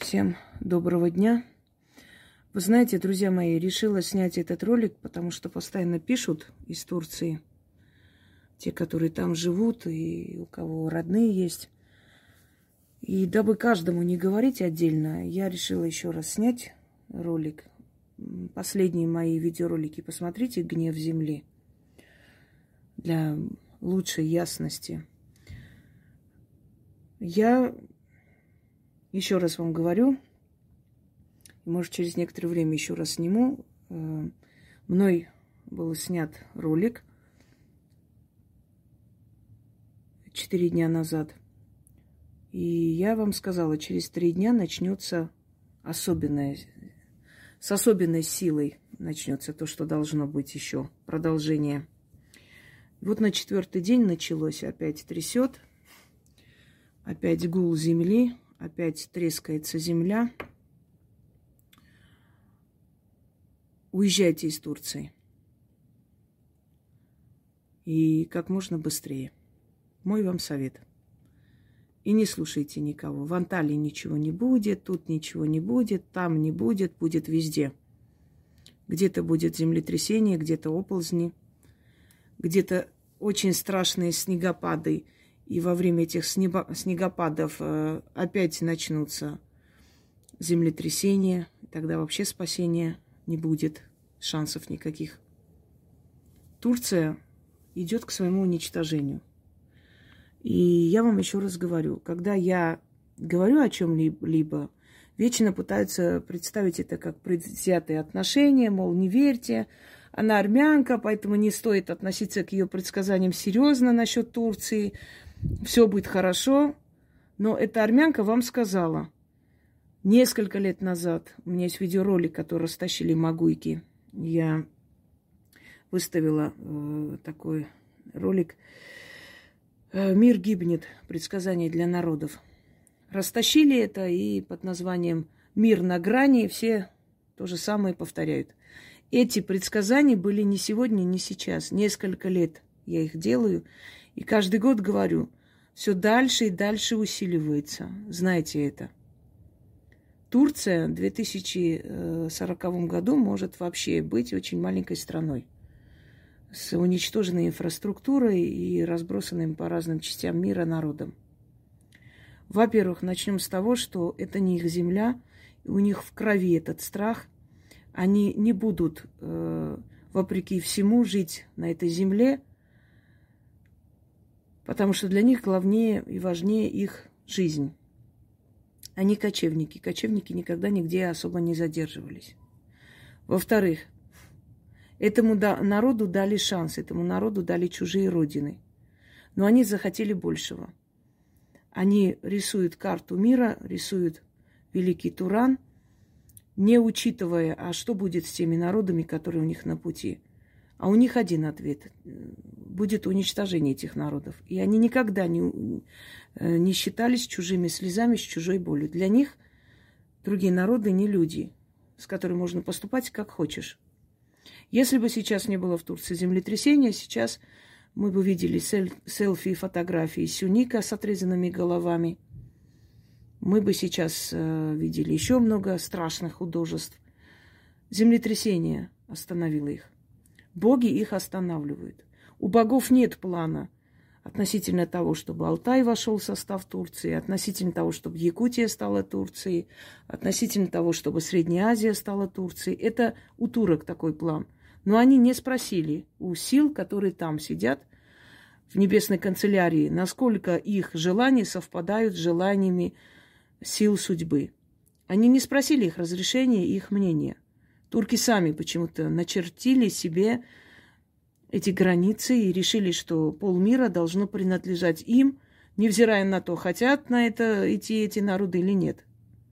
Всем доброго дня. Вы знаете, друзья мои, решила снять этот ролик, потому что постоянно пишут из Турции, те, которые там живут, и у кого родные есть. И дабы каждому не говорить отдельно, я решила еще раз снять ролик. Последние мои видеоролики посмотрите «Гнев земли» для лучшей ясности. Я еще раз вам говорю, может, через некоторое время еще раз сниму. Мной был снят ролик 4 дня назад. И я вам сказала, через 3 дня начнется с особенной силой начнется то, что должно быть еще, продолжение. Вот на 4-й день началось, опять трясет, опять гул земли, опять трескается земля. Уезжайте из Турции. И как можно быстрее. Мой вам совет. И не слушайте никого. В Анталии ничего не будет, тут ничего не будет, там не будет, будет везде. Где-то будет землетрясение, где-то оползни, где-то очень страшные снегопады. И во время этих снегопадов опять начнутся землетрясения. Тогда вообще спасения не будет, шансов никаких. Турция идет к своему уничтожению. И я вам еще раз говорю, когда я говорю о чем-либо, вечно пытаются представить это как предвзятые отношения, мол, не верьте, она армянка, поэтому не стоит относиться к ее предсказаниям серьезно насчет Турции. Все будет хорошо. Но эта армянка вам сказала несколько лет назад. У меня есть видеоролик, который растащили магуйки. Я выставила такой ролик. «Мир гибнет. Предсказание для народов». Растащили это, и под названием «Мир на грани» все то же самое повторяют. Эти предсказания были не сегодня, не сейчас. Несколько лет я их делаю. И каждый год говорю, все дальше и дальше усиливается. Знайте это. Турция в 2040 году может вообще быть очень маленькой страной. С уничтоженной инфраструктурой и разбросанным по разным частям мира народом. Во-первых, начнем с того, что это не их земля, у них в крови этот страх. Они не будут, вопреки всему, жить на этой земле, потому что для них главнее и важнее их жизнь. Они кочевники. Кочевники никогда нигде особо не задерживались. Во-вторых, этому народу дали шанс, этому народу дали чужие родины. Но они захотели большего. Они рисуют карту мира, рисуют Великий Туран, не учитывая, а что будет с теми народами, которые у них на пути. А у них один ответ. Будет уничтожение этих народов. И они никогда не считались чужими слезами, с чужой болью. Для них другие народы не люди, с которыми можно поступать как хочешь. Если бы сейчас не было в Турции землетрясения, сейчас мы бы видели селфи и фотографии Сюника с отрезанными головами. Мы бы сейчас видели еще много страшных художеств. Землетрясение остановило их. Боги их останавливают. У богов нет плана относительно того, чтобы Алтай вошел в состав Турции, относительно того, чтобы Якутия стала Турцией, относительно того, чтобы Средняя Азия стала Турцией. Это у турок такой план. Но они не спросили у сил, которые там сидят, в небесной канцелярии, насколько их желания совпадают с желаниями сил судьбы. Они не спросили их разрешения и их мнения. Турки сами почему-то начертили себе эти границы и решили, что полмира должно принадлежать им, невзирая на то, хотят на это идти эти народы или нет.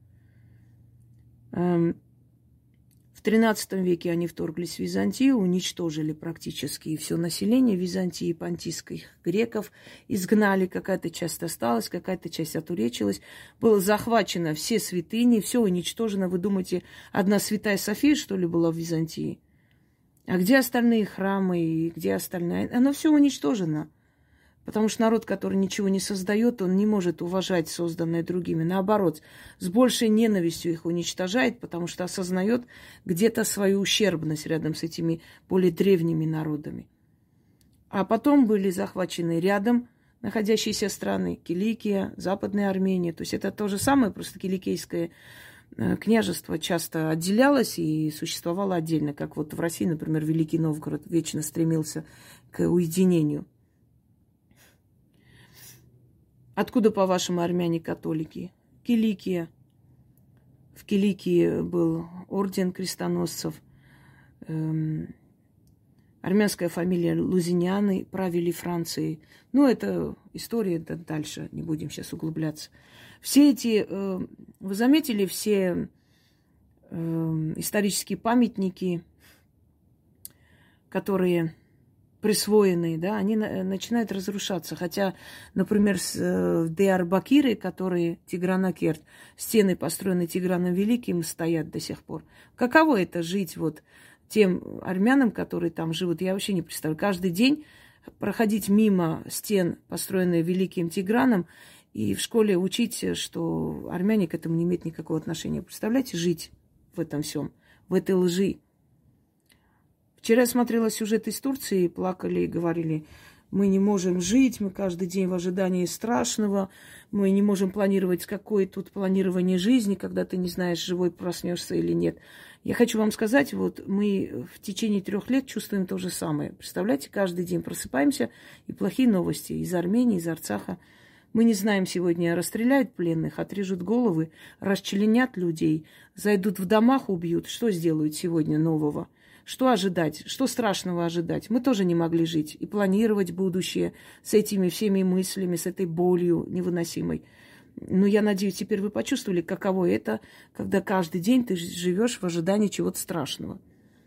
В XIII веке они вторглись в Византию, уничтожили практически все население Византии, понтийских греков, изгнали, какая-то часть осталась, какая-то часть отуречилась. Было захвачено все святыни, все уничтожено. Вы думаете, одна Святая София, что ли, была в Византии? А где остальные храмы и где остальное? Оно все уничтожено. Потому что народ, который ничего не создает, он не может уважать созданное другими. Наоборот, с большей ненавистью их уничтожает, потому что осознает где-то свою ущербность рядом с этими более древними народами. А потом были захвачены рядом находящиеся страны: Киликия, Западная Армения. То есть это то же самое, просто киликийское княжество часто отделялось и существовало отдельно, как вот в России, например, Великий Новгород вечно стремился к уединению. Откуда, по-вашему, армяне-католики? Киликия. В Киликии был орден крестоносцев. Армянская фамилия Лузиняны правили Францией. Ну, это история, это дальше, не будем сейчас углубляться. Все эти, вы заметили, все исторические памятники, которые присвоенные, да, они начинают разрушаться. Хотя, например, в Диарбакире, которые Тигран-Акерт, стены, построенные Тиграном Великим, стоят до сих пор. Каково это жить вот тем армянам, которые там живут, я вообще не представляю. Каждый день проходить мимо стен, построенных Великим Тиграном, и в школе учить, что армяне к этому не имеют никакого отношения. Представляете, жить в этом всем, в этой лжи. Вчера я смотрела сюжет из Турции, плакали и говорили: мы не можем жить, мы каждый день в ожидании страшного, мы не можем планировать, какое тут планирование жизни, когда ты не знаешь, живой проснешься или нет. Я хочу вам сказать, вот мы в течение 3 лет чувствуем то же самое. Представляете, каждый день просыпаемся, и плохие новости из Армении, из Арцаха. Мы не знаем, сегодня расстреляют пленных, отрежут головы, расчленят людей, зайдут в домах, убьют. Что сделают сегодня нового? Что ожидать? Что страшного ожидать? Мы тоже не могли жить и планировать будущее с этими всеми мыслями, с этой болью невыносимой. Но я надеюсь, теперь вы почувствовали, каково это, когда каждый день ты живешь в ожидании чего-то страшного.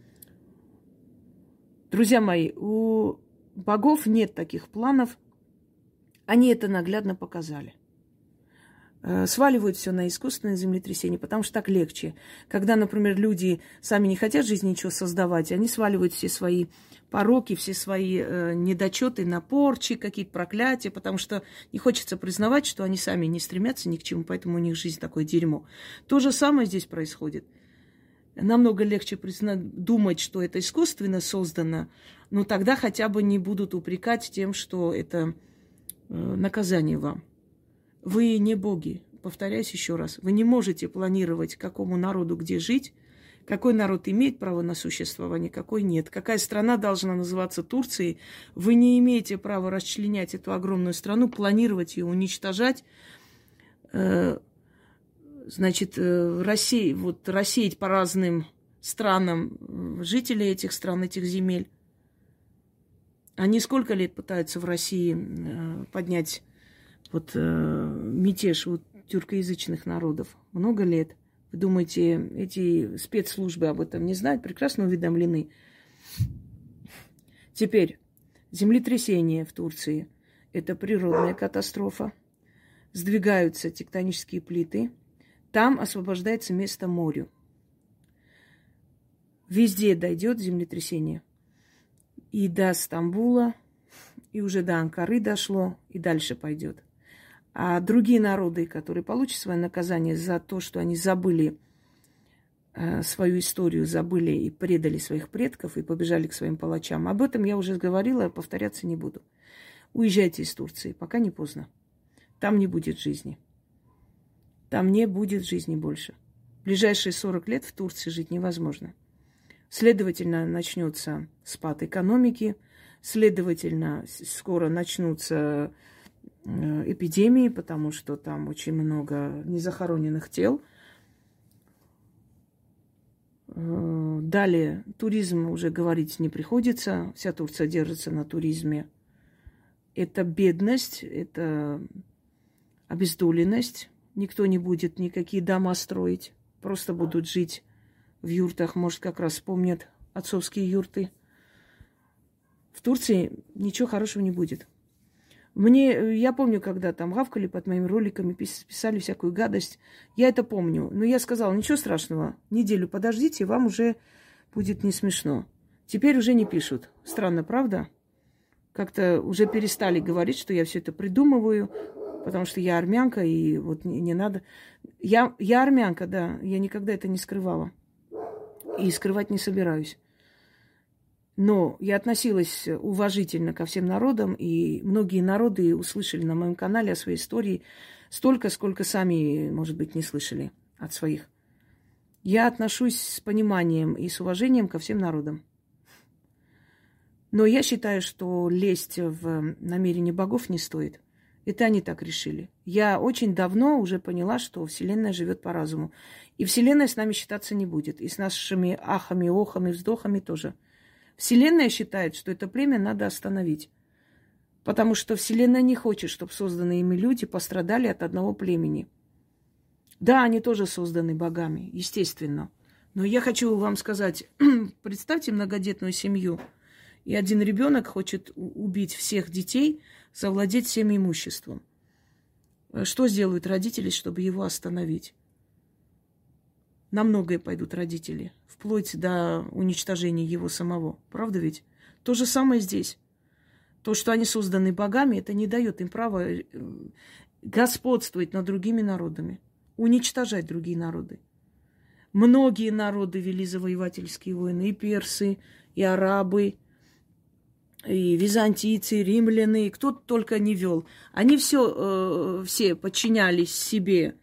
Друзья мои, у богов нет таких планов. Они это наглядно показали. Сваливают все на искусственное землетрясение, потому что так легче. Когда, например, люди сами не хотят в жизни ничего создавать, они сваливают все свои пороки, все свои недочеты на порчи, какие-то проклятия, потому что не хочется признавать, что они сами не стремятся ни к чему, поэтому у них жизнь такое дерьмо. То же самое здесь происходит. Намного легче думать, что это искусственно создано, но тогда хотя бы не будут упрекать тем, что это наказание вам. Вы не боги, повторяюсь еще раз. Вы не можете планировать, какому народу где жить, какой народ имеет право на существование, какой нет. Какая страна должна называться Турцией. Вы не имеете права расчленять эту огромную страну, планировать ее, уничтожать. Значит, рассеять по разным странам жителей этих стран, этих земель. Они сколько лет пытаются в России поднять мятеж у тюркоязычных народов? Много лет. Вы думаете, эти спецслужбы об этом не знают? Прекрасно уведомлены. Теперь, землетрясение в Турции – это природная катастрофа. Сдвигаются тектонические плиты. Там освобождается место морю. Везде дойдет землетрясение. И до Стамбула, и уже до Анкары дошло, и дальше пойдет. А другие народы, которые получат свое наказание за то, что они забыли свою историю, забыли и предали своих предков, и побежали к своим палачам, об этом я уже говорила, повторяться не буду. Уезжайте из Турции, пока не поздно. Там не будет жизни. Там не будет жизни больше. В ближайшие 40 лет в Турции жить невозможно. Следовательно, начнется спад экономики, следовательно, скоро начнутся эпидемии, потому что там очень много незахороненных тел. Далее туризм уже говорить не приходится. Вся Турция держится на туризме. Это бедность, это обездоленность. Никто не будет никакие дома строить. Просто будут жить в юртах. Может, как раз вспомнят отцовские юрты. В Турции ничего хорошего не будет. Я помню, когда там гавкали под моими роликами, писали всякую гадость. Я это помню. Но я сказала, ничего страшного, неделю подождите, вам уже будет не смешно. Теперь уже не пишут. Странно, правда? как-то уже перестали говорить, что я все это придумываю, потому что я армянка, и вот не надо. Я армянка, да, я никогда это не скрывала. И скрывать не собираюсь. Но я относилась уважительно ко всем народам, и многие народы услышали на моем канале о своей истории столько, сколько сами, может быть, не слышали от своих. Я отношусь с пониманием и с уважением ко всем народам. Но я считаю, что лезть в намерения богов не стоит. Это они так решили. Я очень давно уже поняла, что Вселенная живет по разуму. И Вселенная с нами считаться не будет. И с нашими ахами, охами, вздохами тоже. Вселенная считает, что это племя надо остановить. Потому что Вселенная не хочет, чтобы созданные ими люди пострадали от одного племени. Да, они тоже созданы богами, естественно. Но я хочу вам сказать, представьте многодетную семью, и один ребенок хочет убить всех детей, завладеть всем имуществом. Что сделают родители, чтобы его остановить? На многое пойдут родители, вплоть до уничтожения его самого. Правда ведь? То же самое здесь. То, что они созданы богами, это не дает им права господствовать над другими народами, уничтожать другие народы. Многие народы вели завоевательские войны, и персы, и арабы, и византийцы, и римляне, и кто только не вел. Они все подчинялись себе,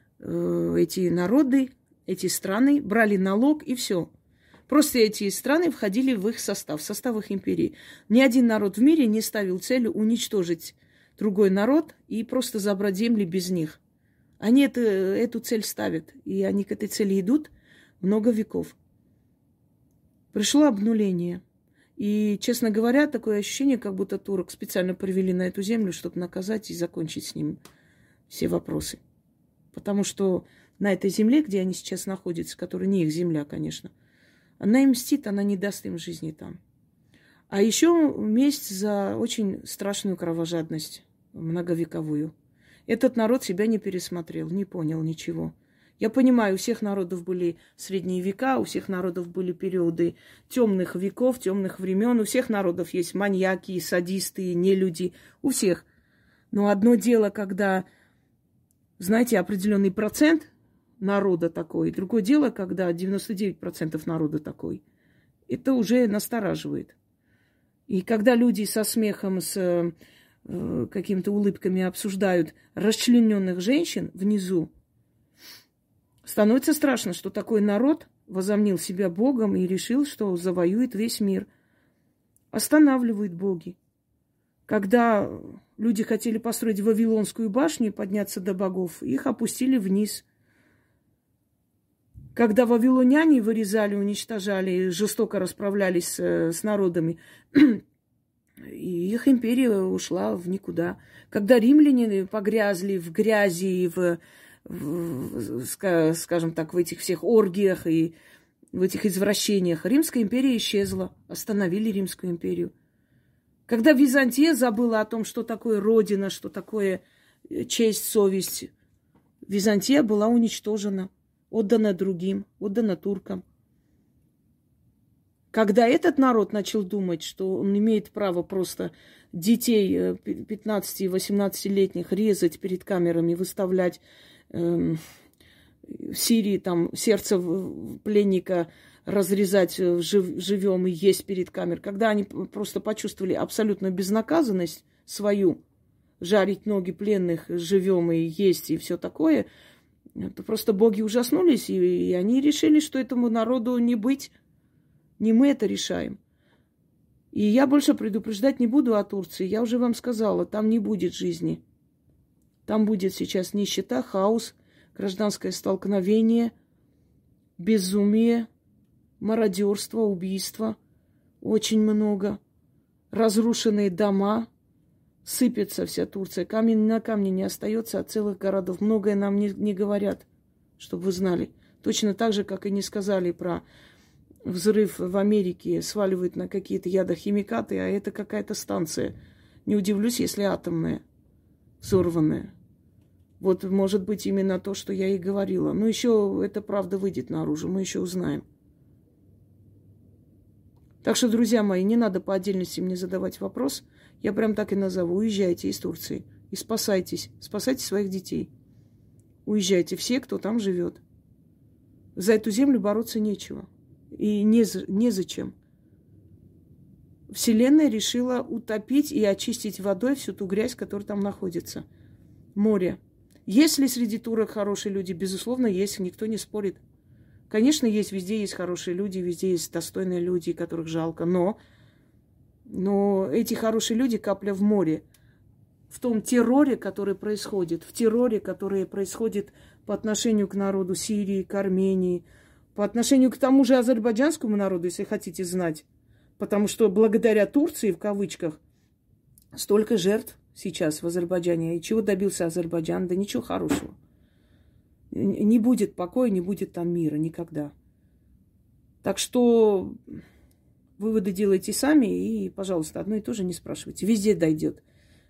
эти народы, эти страны, брали налог и все. Просто эти страны входили в их состав их империи. Ни один народ в мире не ставил целью уничтожить другой народ и просто забрать земли без них. Они эту цель ставят, и они к этой цели идут много веков. Пришло обнуление. И, честно говоря, такое ощущение, как будто турок специально привели на эту землю, чтобы наказать и закончить с ним все вопросы. Потому что на этой земле, где они сейчас находятся, которая не их земля, конечно, она им мстит, она не даст им жизни там. А еще месть за очень страшную кровожадность, многовековую. Этот народ себя не пересмотрел, не понял ничего. Я понимаю, у всех народов были средние века, у всех народов были периоды темных веков, темных времен. У всех народов есть маньяки, садисты, нелюди. У всех. Но одно дело, когда, знаете, определенный процент народа такой. Другое дело, когда 99% народа такой. Это уже настораживает. И когда люди со смехом, с какими-то улыбками обсуждают расчлененных женщин внизу, становится страшно, что такой народ возомнил себя Богом и решил, что завоюет весь мир. Останавливают боги. Когда люди хотели построить Вавилонскую башню и подняться до богов, их опустили вниз. Когда вавилоняне вырезали, уничтожали, жестоко расправлялись с народами, и их империя ушла в никуда. Когда римляне погрязли в грязи, скажем так, в этих всех оргиях и в этих извращениях, Римская империя исчезла, остановили Римскую империю. Когда Византия забыла о том, что такое родина, что такое честь, совесть, Византия была уничтожена, отдана другим, отдана туркам. Когда этот народ начал думать, что он имеет право просто детей 15-18-летних резать перед камерами, выставлять в Сирии там сердце пленника, разрезать живем и есть перед камерой, когда они просто почувствовали абсолютную безнаказанность свою, жарить ноги пленных живем и есть и все такое, то просто боги ужаснулись, и они решили, что этому народу не быть. Не мы это решаем. И я больше предупреждать не буду о Турции. Я уже вам сказала, там не будет жизни. Там будет сейчас нищета, хаос, гражданское столкновение, безумие, мародерство, убийство. Очень много. Разрушенные дома. Сыпется вся Турция. Камень на камне не остается от целых городов. Многое нам не говорят, чтобы вы знали. Точно так же, как и не сказали про взрыв в Америке, сваливают на какие-то ядохимикаты, а это какая-то станция. Не удивлюсь, если атомная, взорванная. Вот, может быть, именно то, что я и говорила. Но еще эта правда выйдет наружу, мы еще узнаем. Так что, друзья мои, не надо по отдельности мне задавать вопрос. Я прям так и назову. Уезжайте из Турции и спасайтесь. Спасайте своих детей. Уезжайте все, кто там живет. За эту землю бороться нечего. И незачем. Вселенная решила утопить и очистить водой всю ту грязь, которая там находится. Море. Есть ли среди турок хорошие люди? Безусловно, есть. Никто не спорит. Конечно, есть. Везде есть хорошие люди, везде есть достойные люди, которых жалко. Но эти хорошие люди капля в море. В том терроре, который происходит. В терроре, который происходит по отношению к народу Сирии, к Армении. По отношению к тому же азербайджанскому народу, если хотите знать. Потому что благодаря Турции, в кавычках, столько жертв сейчас в Азербайджане. И чего добился Азербайджан? Да ничего хорошего. Не будет покоя, не будет там мира никогда. Так что выводы делайте сами и, пожалуйста, одно и то же не спрашивайте. Везде дойдет.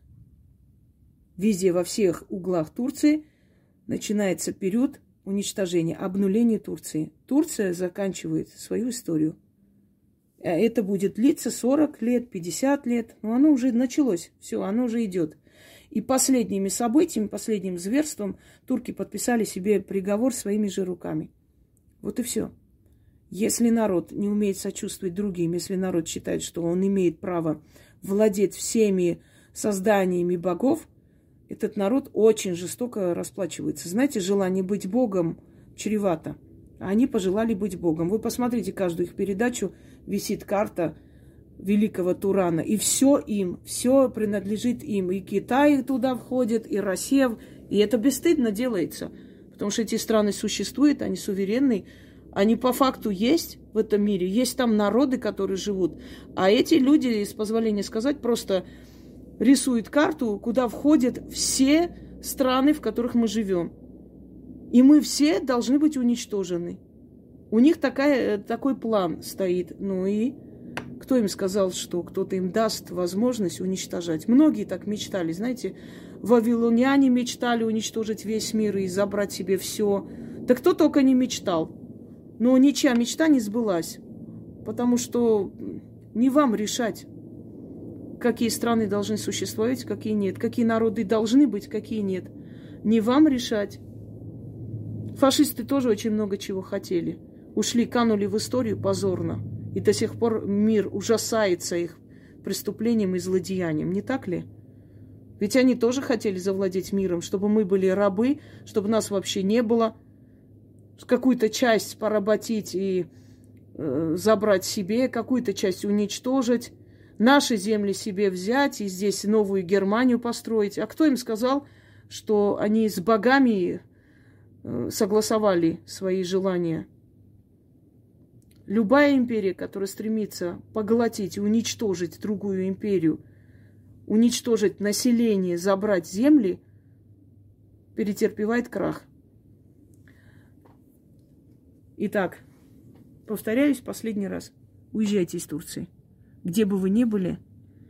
Везде, во всех углах Турции начинается период уничтожения, обнуления Турции. Турция заканчивает свою историю. Это будет длиться 40 лет, 50 лет. Но оно уже началось. Все, оно уже идет. И последними событиями, последним зверством турки подписали себе приговор своими же руками. Вот и все. Если народ не умеет сочувствовать другим, если народ считает, что он имеет право владеть всеми созданиями богов, этот народ очень жестоко расплачивается. Знаете, желание быть богом чревато. А они пожелали быть богом. Вы посмотрите каждую их передачу, висит карта великого Турана. И все им, все принадлежит им. И Китай туда входит, и Россия. И это бесстыдно делается. Потому что эти страны существуют, они суверенны. Они по факту есть в этом мире. Есть там народы, которые живут. А эти люди, с позволения сказать, просто рисуют карту, куда входят все страны, в которых мы живем. И мы все должны быть уничтожены. У них такой план стоит. Ну и кто им сказал, что кто-то им даст возможность уничтожать? Многие так мечтали. Знаете, вавилоняне мечтали уничтожить весь мир и забрать себе все. Да кто только не мечтал. Но ничья мечта не сбылась. Потому что не вам решать, какие страны должны существовать, какие нет. Какие народы должны быть, какие нет. Не вам решать. Фашисты тоже очень много чего хотели. Ушли, канули в историю позорно. И до сих пор мир ужасается их преступлением и злодеянием. Не так ли? Ведь они тоже хотели завладеть миром, чтобы мы были рабы, чтобы нас вообще не было. Какую-то часть поработить и забрать себе, какую-то часть уничтожить. Наши земли себе взять и здесь новую Германию построить. А кто им сказал, что они с богами согласовали свои желания? Любая империя, которая стремится поглотить и уничтожить другую империю, уничтожить население, забрать земли, перетерпевает крах. Итак, повторяюсь последний раз. Уезжайте из Турции. Где бы вы ни были,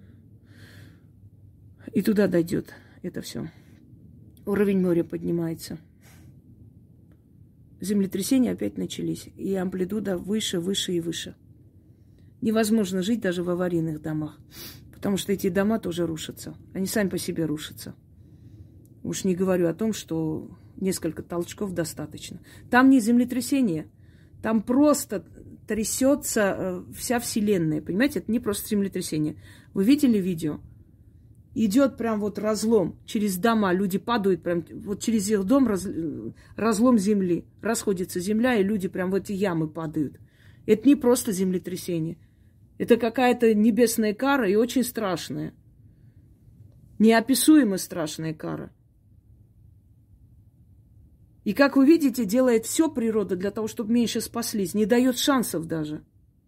и туда дойдет это все. Уровень моря поднимается. Землетрясения опять начались. И амплитуда выше, выше и выше. Невозможно жить даже в аварийных домах. Потому что эти дома тоже рушатся. Они сами по себе рушатся. Уж не говорю о том, что несколько толчков достаточно. Там не землетрясение. Там просто трясется вся Вселенная. Понимаете, это не просто землетрясение. Вы видели видео? Идет прям вот разлом через дома. Люди падают прям вот через их дом разлом земли. Расходится земля, и люди прям в эти ямы падают. Это не просто землетрясение. Это какая-то небесная кара и очень страшная. Неописуемо страшная кара. И, как вы видите, делает все природа для того, чтобы меньше спаслись. Не дает шансов даже.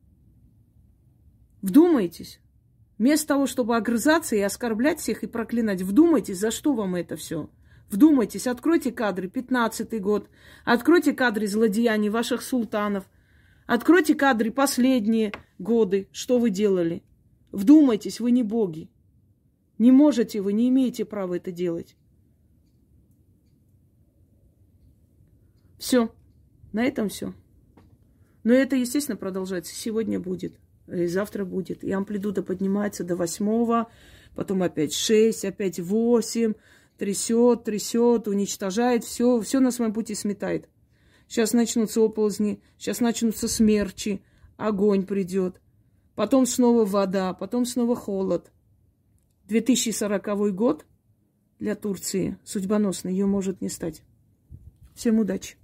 Вдумайтесь. Вместо того, чтобы огрызаться и оскорблять всех и проклинать, вдумайтесь, за что вам это все. Вдумайтесь, откройте кадры 15-й год, откройте кадры злодеяний ваших султанов, откройте кадры последние годы, что вы делали. Вдумайтесь, вы не боги. Не можете вы, не имеете права это делать. Все. На этом все. Но это, естественно, продолжается. Сегодня будет. И завтра будет. И амплитуда поднимается до 8-го. потом опять 6, опять 8, трясет, уничтожает, все на своем пути сметает. Сейчас начнутся оползни, сейчас начнутся смерчи, огонь придет, потом снова вода, потом снова холод. 2040 год для Турции судьбоносный, ее может не стать. Всем удачи!